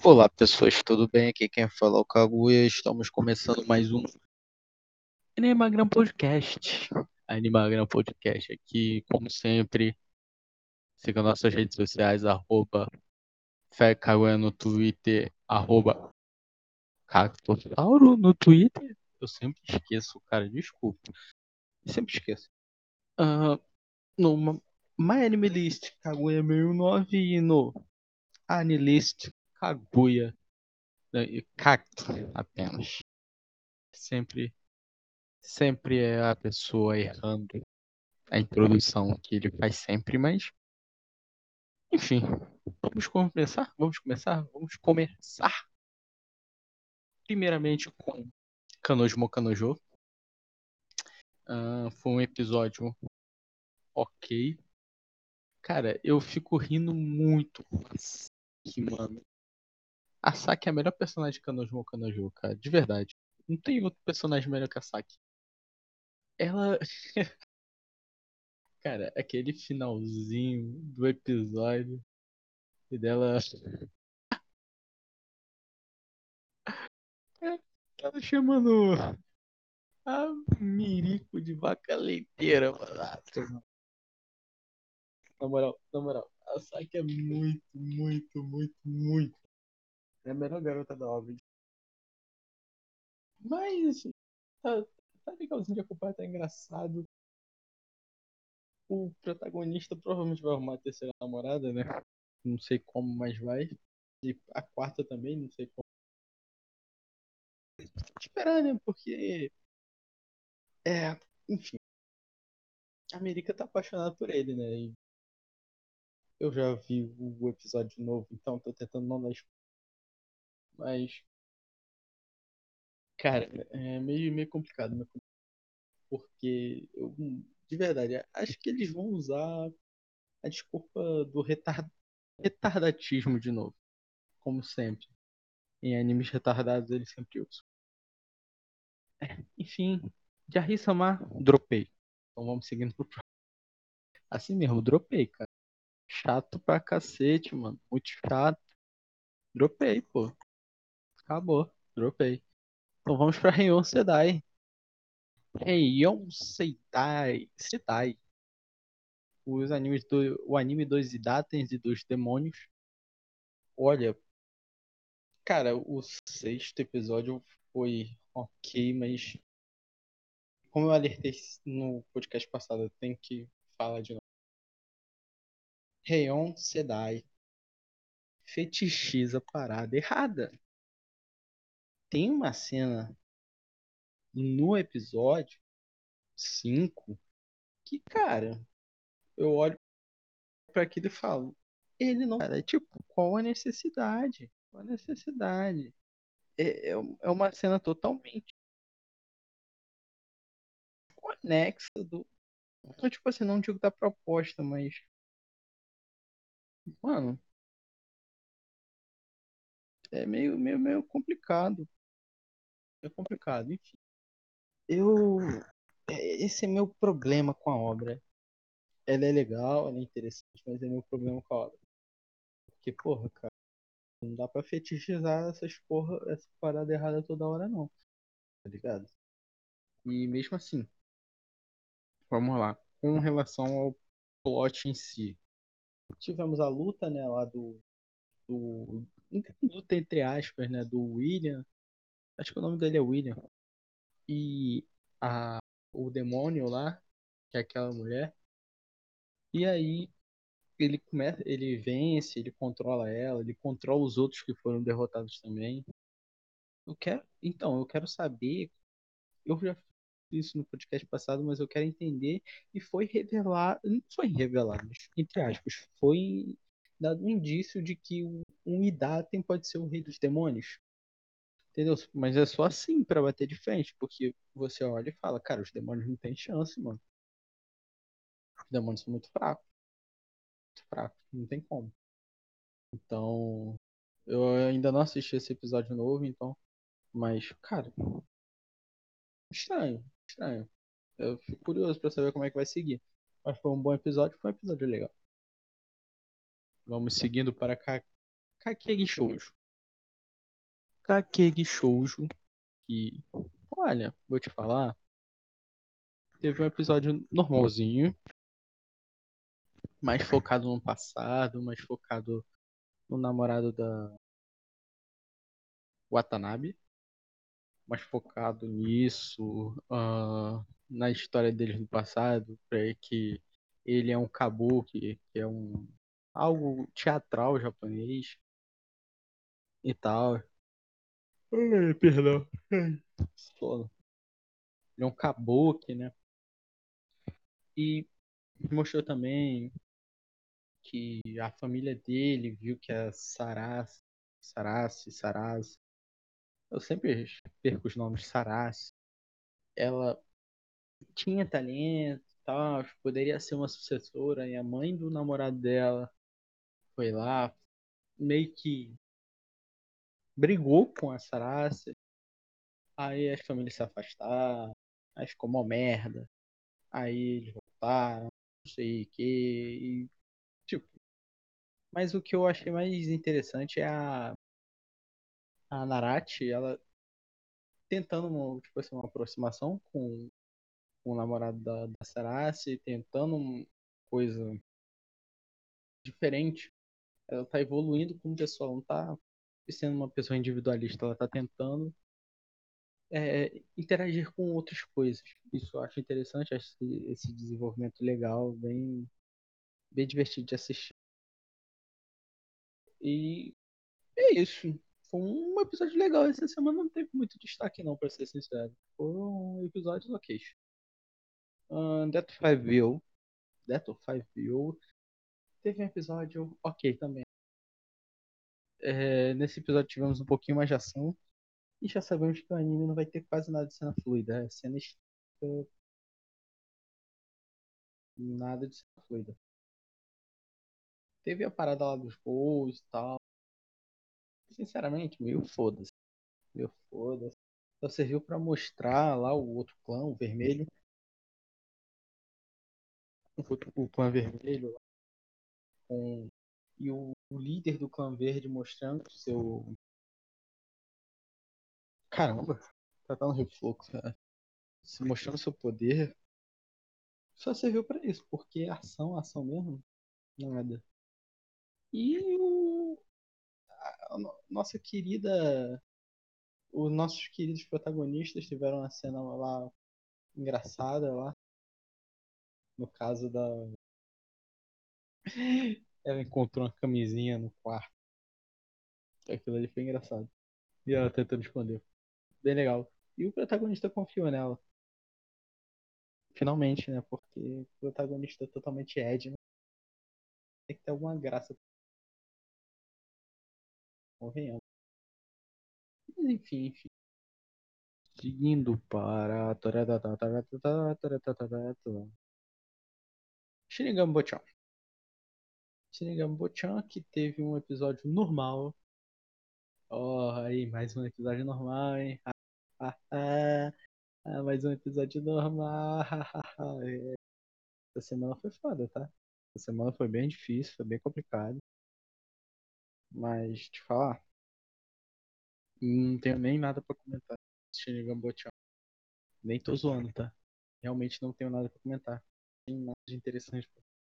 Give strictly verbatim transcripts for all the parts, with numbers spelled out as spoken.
Olá pessoas, tudo bem? Aqui quem fala é o Kaguya. Estamos começando mais um Animagram Podcast. Animagram Podcast aqui, como sempre. Siga nossas redes sociais, arroba FéKaguya no Twitter, arroba Cactossauro no Twitter. Eu sempre esqueço, cara, desculpa. Eu sempre esqueço. Ah, no Ma- My Anime List, Kaguya sessenta e nove e no Anilist, Kaguya, né, e Cacto apenas. Sempre Sempre é a pessoa errando a introdução que ele faz sempre, mas enfim, vamos começar? Vamos começar? Vamos começar primeiramente com Kanojo mo Kanojo. Ah, foi um episódio ok. Cara, eu fico rindo muito com a Saki, mano. A Saki é a melhor personagem de Kanojo mo Kanojo, cara, de verdade. Não tem outro personagem melhor que a Saki. Ela, cara, aquele finalzinho do episódio e dela. Ela chamando a Mirico de vaca leiteira, mano. Ah, Na moral, na moral, a Saki é muito, muito, muito, muito. É a melhor garota da obra. Mas tá, tá legalzinho de acompanhar, tá engraçado. O protagonista provavelmente vai arrumar a terceira namorada, né? Não sei como, mas vai. E a quarta também, não sei como. Tem que esperar, né? Porque. É, enfim. A Mirica tá apaixonada por ele, né? E eu já vi o episódio novo, então tô tentando não dar spoiler. Mas, cara, é meio, meio complicado, né? Porque eu, de verdade, acho que eles vão usar a desculpa do retard... retardatismo de novo, como sempre. Em animes retardados eles sempre usam. Enfim, Jarry-sama, dropei. Então vamos seguindo pro próximo. Assim mesmo, dropei, cara. Chato pra cacete, mano. Muito chato. Dropei, pô. Acabou. Dropei. Então vamos pra Reion Sedai. Reion Sedai. Sedai. Os animes do. O anime dos Idatens e dos demônios. Olha, cara, o sexto episódio foi ok, mas como eu alertei no podcast passado, eu tenho que falar de novo. Reion Sedai fetichiza a parada errada. Tem uma cena no episódio cinco que, cara, eu olho pra aquilo e falo, ele não. Cara, é tipo, qual a necessidade? Qual a necessidade? É, é, é uma cena totalmente conexa do. Então, tipo assim, não digo da proposta, mas. Mano, é meio, meio, meio complicado. É complicado, enfim. Eu. é- Esse é meu problema com a obra. Ela é legal, ela é interessante, mas é meu problema com a obra. Porque, porra, cara, não dá pra fetichizar essas porra, essa parada errada toda hora, não. Tá ligado? E mesmo assim, vamos lá. Com relação ao plot em si. Tivemos a luta, né, lá do. do luta entre aspas, né, do William. Acho que o nome dele é William. E a, o demônio lá, que é aquela mulher. E aí ele começa, ele vence, ele controla ela, ele controla os outros que foram derrotados também. Eu quero, então, eu quero saber, eu já fiz isso no podcast passado, mas eu quero entender e foi revelado, não foi revelado, entre aspas, foi dado um indício de que um um Idaten pode ser o rei dos demônios. Entendeu? Mas é só assim pra bater de frente, porque você olha e fala, cara, os demônios não têm chance, mano. Os demônios são muito fracos, muito fracos, não tem como. Então, eu ainda não assisti esse episódio novo, então. Mas, cara, estranho, estranho. Eu fico curioso pra saber como é que vai seguir. Mas foi um bom episódio, foi um episódio legal. Vamos seguindo para Ka- Kakegi Shoujo. Kakegi Shoujo, que, olha, vou te falar, teve um episódio normalzinho, mais focado no passado, mais focado no namorado da Watanabe, mais focado nisso, ah, na história deles no passado, pra que ele é um kabuki, que é um algo teatral japonês e tal. Ai, perdão. Ai, sono. Ele é um kabuki, né? E mostrou também que a família dele viu que a Sarasi, Sarasi, Sarasi, eu sempre perco os nomes, Sarasi, ela tinha talento e tal, poderia ser uma sucessora, e a mãe do namorado dela foi lá, meio que brigou com a Sarasi, aí as famílias se afastaram, aí ficou uma merda, aí eles voltaram, não sei o que, e, tipo, mas o que eu achei mais interessante é a, a Narati, ela tentando uma, tipo assim, uma aproximação com, com o namorado da, da Sarasi, tentando uma coisa diferente. Ela tá evoluindo como pessoa, ela não tá sendo uma pessoa individualista, ela tá tentando é, interagir com outras coisas. Isso eu acho interessante, acho esse, esse desenvolvimento legal, bem, bem divertido de assistir. E é isso. Foi um episódio legal. Essa semana não teve muito destaque, não, pra ser sincero. Foram episódios ok. Uh, Death Five View. Death of Five View. Teve um episódio ok também. É, nesse episódio tivemos um pouquinho mais de ação. E já sabemos que o anime não vai ter quase nada de cena fluida. É cena escrita, nada de cena fluida. Teve a parada lá dos gols e tal. Sinceramente, meio foda-se. Meio foda-se. Só serviu pra mostrar lá o outro clã, o vermelho. O, outro- o clã vermelho lá com. E o, o líder do clã verde mostrando seu. Caramba, tá dando refluxo, cara. Se mostrando seu poder. Só serviu pra isso, porque ação, ação mesmo, nada. E o, a no- nossa querida. Os nossos queridos protagonistas tiveram uma cena lá engraçada lá. No caso da. Ela encontrou uma camisinha no quarto. Aquilo ali foi engraçado. E ela tentando esconder. Bem legal. E o protagonista confiou nela. Finalmente, né? Porque o protagonista é totalmente Ed, né? Tem que ter alguma graça. Convenhamos. Mas enfim, enfim. Seguindo para. Shinigami Bochan. Shinigami Bochan que teve um episódio normal. Oh, aí, mais um episódio normal, hein? Ah, ah, ah, mais um episódio normal. Essa semana foi foda, tá? Essa semana foi bem difícil, foi bem complicado. Mas, te falar, não tenho nem nada pra comentar. Shinigami Bochan. Nem tô zoando, tá? Realmente não tenho nada pra comentar. Não tem nada de interessante.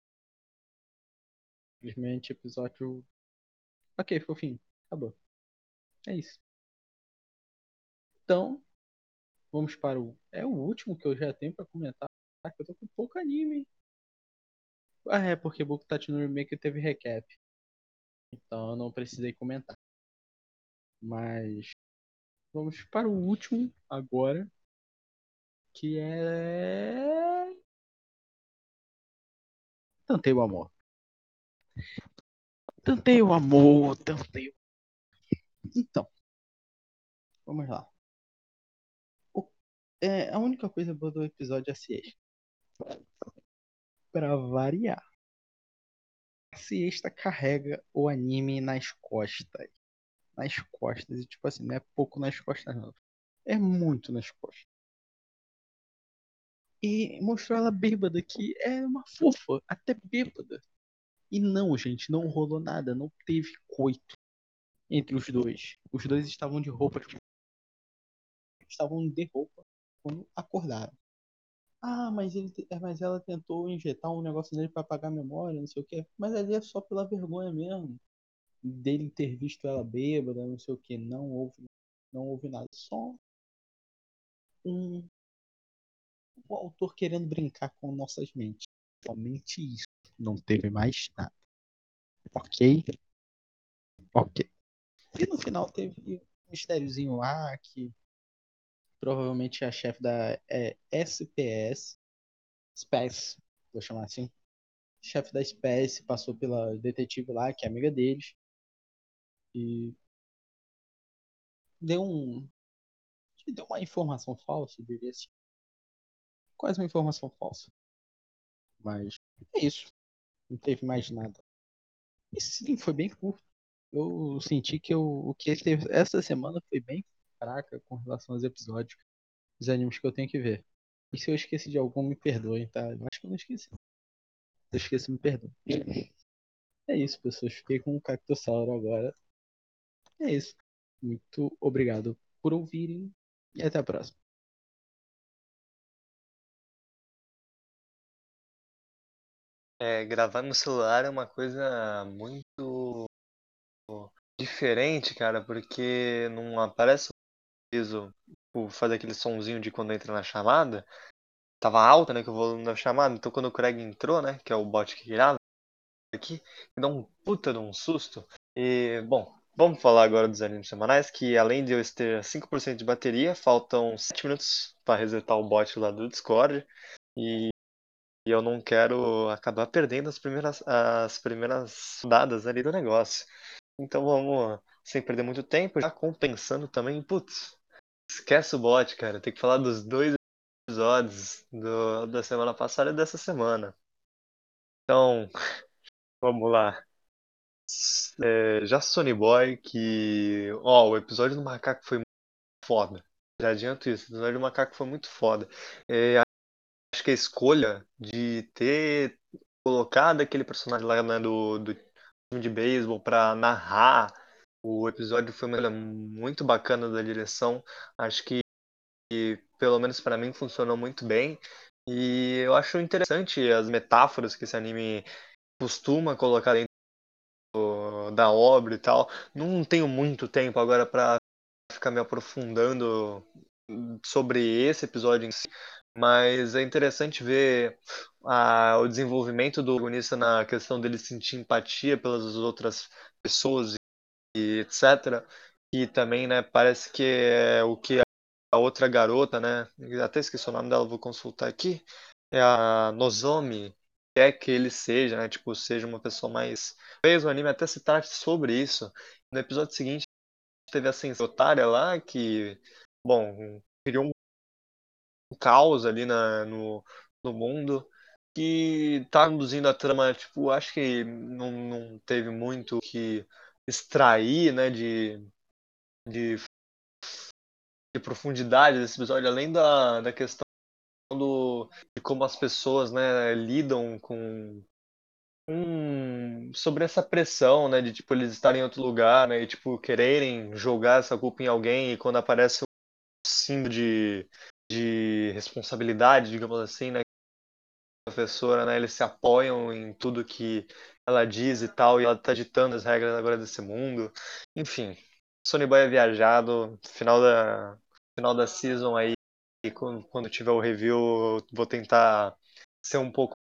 Simplesmente episódio. Ok, fofinho. Acabou. É isso. Então, vamos para o. É o último que eu já tenho pra comentar. Ah, que eu tô com pouco anime, hein? Ah, é, porque Boku Tati no Remake teve recap. Então eu não precisei comentar. Mas vamos para o último agora. Que é. Tantei o amor. Tantei o amor. Tantei. Então, vamos lá. O- é, a única coisa boa do episódio é a siesta. Pra variar. A siesta carrega o anime nas costas. Nas costas. E tipo assim, não é pouco nas costas, não. É muito nas costas. E mostrou ela bêbada, que é uma fofa, até bêbada. E não, gente, não rolou nada, não teve coito. entre os dois. Os dois estavam de roupa, tipo, estavam de roupa quando acordaram. Ah, mas, ele, te- é, mas ela tentou injetar um negócio nele pra apagar a memória, não sei o quê. Mas ali é só pela vergonha mesmo. Dele ter visto ela bêbada, não sei o quê. Não houve, não houve nada. Só um, o autor querendo brincar com nossas mentes. Somente isso. Não teve mais nada. Ok? Ok. E no final teve um mistériozinho lá que provavelmente a chefe da é, S P S, Space, vou chamar assim. Chefe da Space passou pela detetive lá, que é amiga deles, e deu um. Deu uma informação falsa, eu diria assim. Quase uma informação falsa. Mas é isso. Não teve mais nada. Esse sim foi bem curto. Eu senti que eu, o que teve essa semana foi bem fraca com relação aos episódios dos animes que eu tenho que ver. E se eu esqueci de algum, me perdoem, tá? Eu acho que eu não esqueci. Se eu esqueci, me perdoem. É isso, pessoas. Fiquei com o Cactossauro agora. É isso. Muito obrigado por ouvirem e até a próxima. É, gravar no celular é uma coisa muito diferente, cara, porque não aparece o aviso, tipo, faz aquele sonzinho de quando entra na chamada. Tava alta, né, que o volume da chamada, então quando o Craig entrou, né, que é o bot que grava aqui, me dá um puta de um susto. E, bom, vamos falar agora dos animes semanais, que além de eu ter cinco por cento de bateria, faltam sete minutos para resetar o bot lá do Discord. E E eu não quero acabar perdendo as primeiras, as primeiras rodadas ali do negócio. Então vamos, sem perder muito tempo, já compensando também. Putz, esquece o bot, cara. Tem que falar dos dois episódios do, da semana passada e dessa semana. Então, vamos lá. É, já Sony Boy, que. Ó, o episódio do macaco foi muito foda. Já adianto isso, o episódio do macaco foi muito foda. É, acho que a escolha de ter colocado aquele personagem lá, né, do, do time de beisebol para narrar o episódio foi uma coisa muito bacana da direção. Acho que, pelo menos para mim, funcionou muito bem. E eu acho interessante as metáforas que esse anime costuma colocar dentro da obra e tal. Não tenho muito tempo agora para ficar me aprofundando sobre esse episódio em si, mas é interessante ver ah, o desenvolvimento do protagonista na questão dele sentir empatia pelas outras pessoas e etcétera. E também, né, parece que é o que a outra garota, né, até esqueci o nome dela, vou consultar aqui, é a Nozomi, quer que ele seja, né, tipo, seja uma pessoa mais... Talvez o anime até se trate sobre isso. No episódio seguinte, teve a Sensei otária lá, que, bom, criou um caos ali na, no, no mundo, que tá conduzindo a trama, tipo, acho que não, não teve muito o que extrair, né, de, de, de profundidade desse episódio, além da, da questão do, de como as pessoas, né, lidam com um, sobre essa pressão, né, de tipo eles estarem em outro lugar, né, e tipo quererem jogar essa culpa em alguém e quando aparece um símbolo de, de responsabilidade, digamos assim, né, professora, né, eles se apoiam em tudo que ela diz e tal, e ela tá ditando as regras agora desse mundo. Enfim, Sony Boy é viajado, final da final da season aí, quando, quando tiver o review, eu vou tentar ser um pouco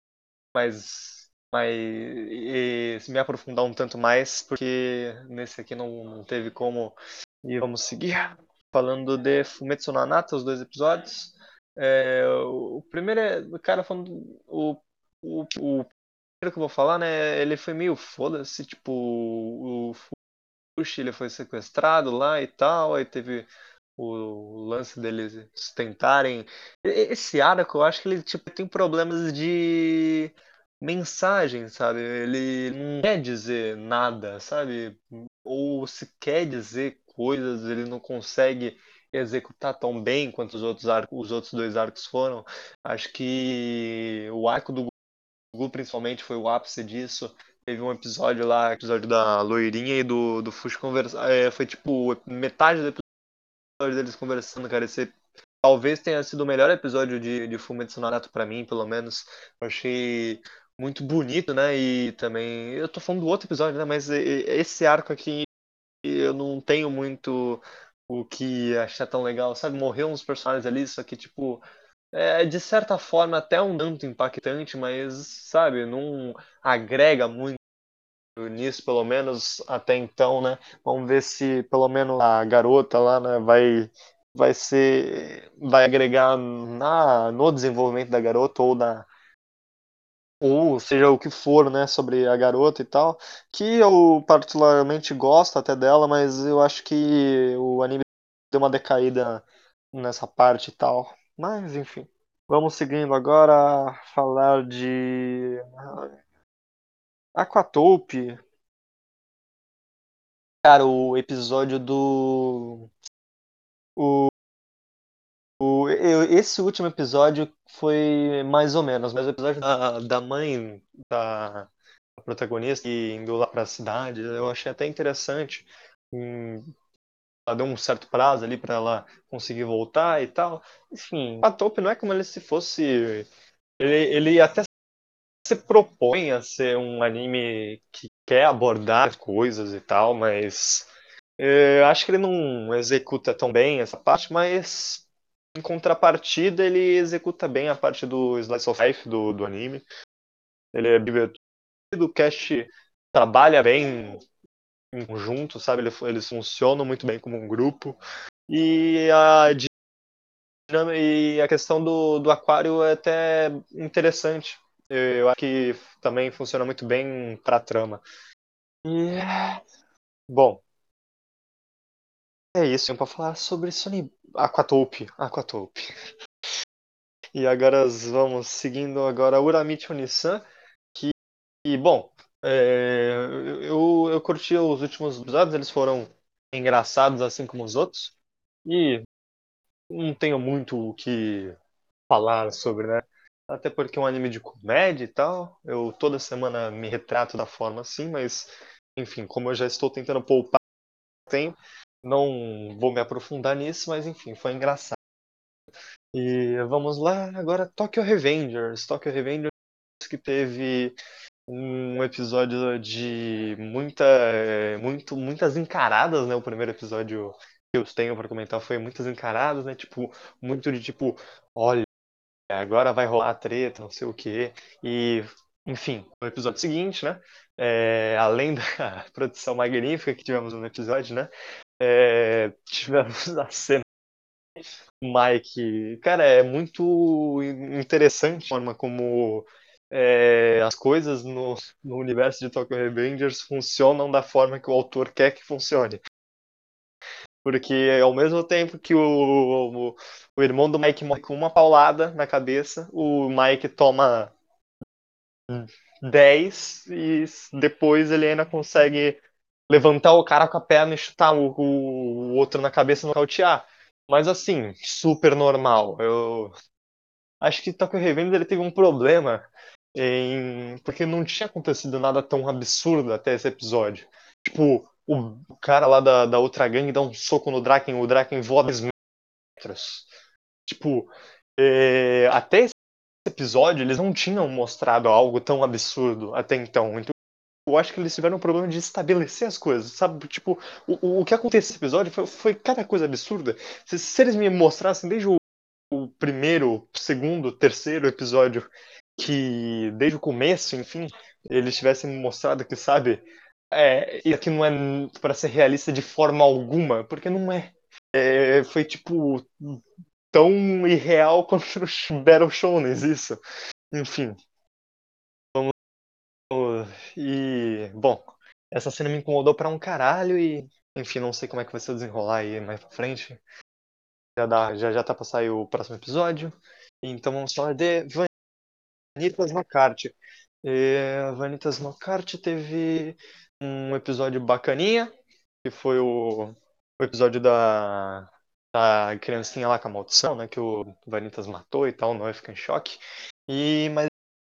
mais mais e, e me aprofundar um tanto mais, porque nesse aqui não, não teve como. E vamos seguir falando de Fumetsu no Anata, os dois episódios. É, o primeiro é, cara, falando o, o, o primeiro que eu vou falar, né, ele foi meio foda-se, tipo, o Fushi, ele foi sequestrado lá e tal, aí teve o lance deles tentarem. E- Esse arco, eu acho que ele tipo, tem problemas de mensagem, sabe? Ele não quer dizer nada, sabe? Ou se quer dizer coisas, ele não consegue executar tão bem quanto os outros arcos, os outros dois arcos foram. Acho que o arco do Gugu, principalmente, foi o ápice disso. teve um episódio lá, episódio da loirinha e do, do Fuxi conversar. É, foi tipo metade do episódio deles conversando, cara. Esse talvez tenha sido o melhor episódio de, de Fullmetal Sonata pra mim, pelo menos. Eu achei muito bonito, né? E também. Eu tô falando do outro episódio, né? Mas e- e- esse arco aqui eu não tenho muito o que achar tão legal, sabe? Morreu uns personagens ali, só que, tipo, é de certa forma até um tanto impactante, mas, sabe, não agrega muito nisso, pelo menos até então, né? Vamos ver se pelo menos a garota lá, né, vai vai ser vai agregar na no desenvolvimento da garota ou na ou seja o que for, né, sobre a garota e tal, que eu particularmente gosto até dela, mas eu acho que o anime deu uma decaída nessa parte e tal. Mas enfim, vamos seguindo agora a falar de Aquatope. Cara, o episódio do o, o eu- esse último episódio foi mais ou menos, mas o episódio da, da mãe da protagonista e indo lá pra cidade, eu achei até interessante. Hum, ela deu um certo prazo ali pra ela conseguir voltar e tal. Enfim, a Taupe não é como ele se fosse. Ele, ele até se propõe a ser um anime que quer abordar coisas e tal, mas eh, eu acho que ele não executa tão bem essa parte, mas em contrapartida ele executa bem a parte do Slice of Life do, do anime. Ele é divertido, o cast trabalha bem em conjunto, sabe? Eles, eles funcionam muito bem como um grupo. E a, dinâmica- e a questão do, do aquário é até interessante. Eu acho que também funciona muito bem pra trama. E, bom, é isso. Para falar sobre Sony Aquatope. Aquatope. E agora vamos seguindo agora Uramichi Onisan. E, bom, é, eu, eu curti os últimos episódios, eles foram engraçados assim como os outros. E não tenho muito o que falar sobre, né? Até porque é um anime de comédia e tal. Eu toda semana me retrato da forma assim, mas enfim, como eu já estou tentando poupar tempo, não vou me aprofundar nisso, mas enfim, foi engraçado. E vamos lá, agora Tokyo Revengers. Tokyo Revengers que teve um episódio de muita, é, muito, muitas encaradas, né? O primeiro episódio que eu tenho para comentar foi muitas encaradas, né? Tipo, muito de tipo, olha, agora vai rolar a treta, não sei o quê. E, enfim, no episódio seguinte, né? É, além da produção magnífica que tivemos no episódio, né? É, tivemos a cena do Mike. Cara, é muito interessante a forma como é, as coisas no, no universo de Tokyo Revengers funcionam da forma que o autor quer que funcione. Porque ao mesmo tempo que o, o, o irmão do Mike morre com uma paulada na cabeça, o Mike toma dez e depois ele ainda consegue levantar o cara com a perna e chutar o, o, o outro na cabeça e nocautear. Mas assim, super normal. Eu acho que Tokyo Revengers ele teve um problema em... porque não tinha acontecido nada tão absurdo até esse episódio. Tipo, o cara lá da, da outra gangue dá um soco no Draken, o Draken voa dez metros. Tipo, é, até esse episódio eles não tinham mostrado algo tão absurdo até então. Então eu acho que eles tiveram um problema de estabelecer as coisas, sabe? Tipo, o, o que aconteceu nesse episódio foi, foi cada coisa absurda. Se, se eles me mostrassem desde o, o primeiro, segundo, terceiro episódio, que desde o começo, enfim, eles tivessem me mostrado que, sabe, é, isso aqui não é para ser realista de forma alguma, porque não é. É, foi tipo tão irreal quanto os Battle Shonens, isso. Enfim. E, bom, essa cena me incomodou pra um caralho e, enfim, não sei como é que vai ser o desenrolar aí mais pra frente. Já, dá, já, já tá pra sair o próximo episódio. Então vamos falar de Vanitas no Kart. E, Vanitas no Kart teve um episódio bacaninha, que foi o, o episódio da, da criancinha lá com a maldição, né? Que o Vanitas matou e tal, o Noé fica em choque. E, mas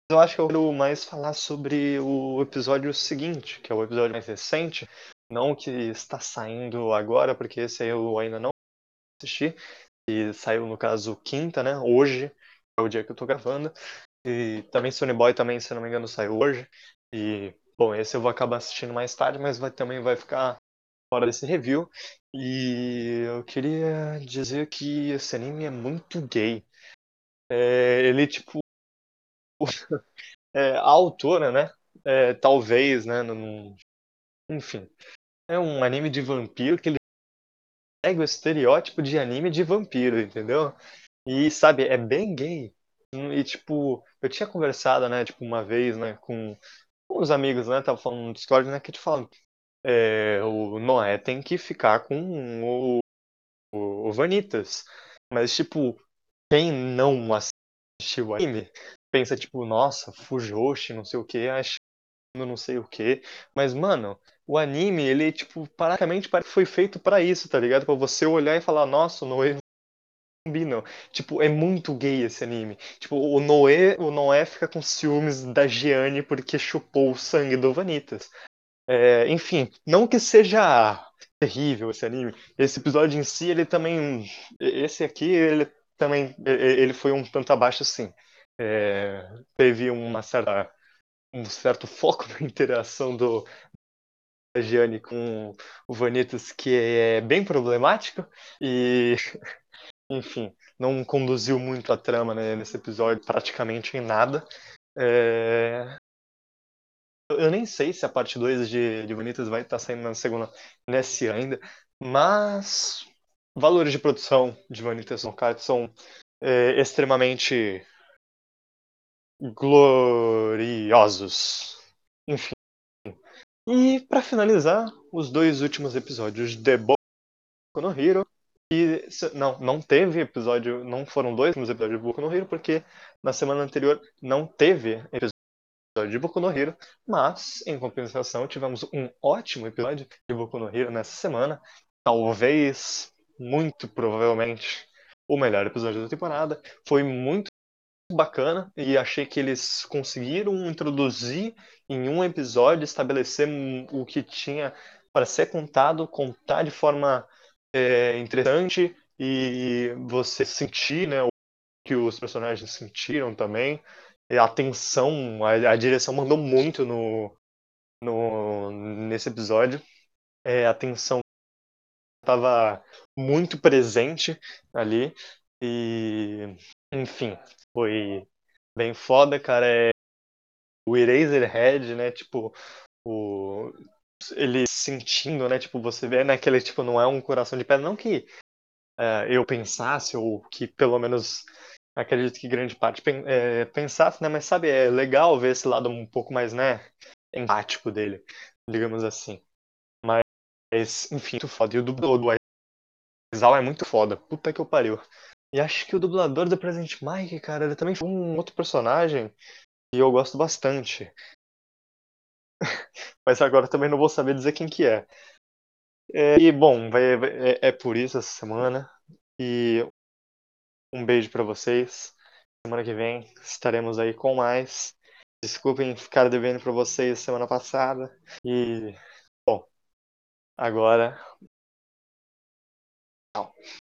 eu acho que eu quero mais falar sobre o episódio seguinte, que é o episódio mais recente, não o que está saindo agora, porque esse aí eu ainda não assisti, e saiu no caso quinta, né? Hoje é o dia que eu tô gravando. E também Sonny Boy também, se não me engano, saiu hoje. E bom, esse eu vou acabar assistindo mais tarde, mas vai, também vai ficar fora desse review. E eu queria dizer que esse anime é muito gay. É, ele, tipo, é, a autora, né? É, talvez, né? Não, enfim. É um anime de vampiro que ele pega o estereótipo de anime de vampiro, entendeu? E, sabe, é bem gay. E, tipo, eu tinha conversado, né, tipo, uma vez, né, com, com os amigos, né, tava falando no Discord, né, que te falam, é, o Noé tem que ficar com o, o, o Vanitas. Mas, tipo, quem não assistiu o anime, pensa, tipo, nossa, Fujoshi, não sei o que, achando não sei o que. Mas, mano, o anime, ele, tipo, praticamente parece que foi feito pra isso, tá ligado? Pra você olhar e falar, nossa, o Noé combinam. Tipo, é muito gay esse anime. Tipo, o Noé, o Noé fica com ciúmes da Gianni porque chupou o sangue do Vanitas. É, enfim, não que seja terrível esse anime. Esse episódio em si, ele também. Esse aqui, ele também. Ele foi um tanto abaixo, sim. É, teve uma certa, um certo foco na interação do da Gianni com o Vanitas que é bem problemático. E enfim, não conduziu muito a trama, né, nesse episódio, praticamente em nada. É, Eu nem sei se a parte dois de, de Bonitas vai estar saindo na segunda nesse ainda, mas valores de produção de Vanitas no Kart são é, extremamente gloriosos. Enfim. E para finalizar, os dois últimos episódios de Boku no Hero. E se- não, não teve episódio, não foram dois últimos episódios de Boku no Hero, porque na semana anterior não teve episódio de Boku no Hero, mas em compensação tivemos um ótimo episódio de Boku no Hero nessa semana. Talvez, muito provavelmente, o melhor episódio da temporada. Foi muito bacana e achei que eles conseguiram introduzir em um episódio, estabelecer o que tinha para ser contado, contar de forma é, interessante e você sentir, né, o que os personagens sentiram também. E a tensão, a, a direção mandou muito no, no, nesse episódio. É, a tensão estava muito presente ali. E, enfim, foi bem foda, cara. É, o Eraserhead, né? Tipo, o, ele sentindo, né? Tipo, você vê naquele, tipo, não é um coração de pedra. Não que é, eu pensasse, ou que pelo menos acredito que grande parte pen, é, pensasse, né? Mas sabe, é legal ver esse lado um pouco mais, né? Empático dele, digamos assim. Mas, enfim, muito foda. E o dublador do Aizawa é muito foda. Puta que eu pariu. E acho que o dublador do Present Mike, cara, ele também foi um outro personagem e eu gosto bastante. Mas agora também não vou saber dizer quem que é. É, e bom, vai, vai- é, é por isso essa semana. E um beijo pra vocês. Semana que vem estaremos aí com mais. Desculpem ficar devendo pra vocês semana passada. E, bom, agora. Tchau.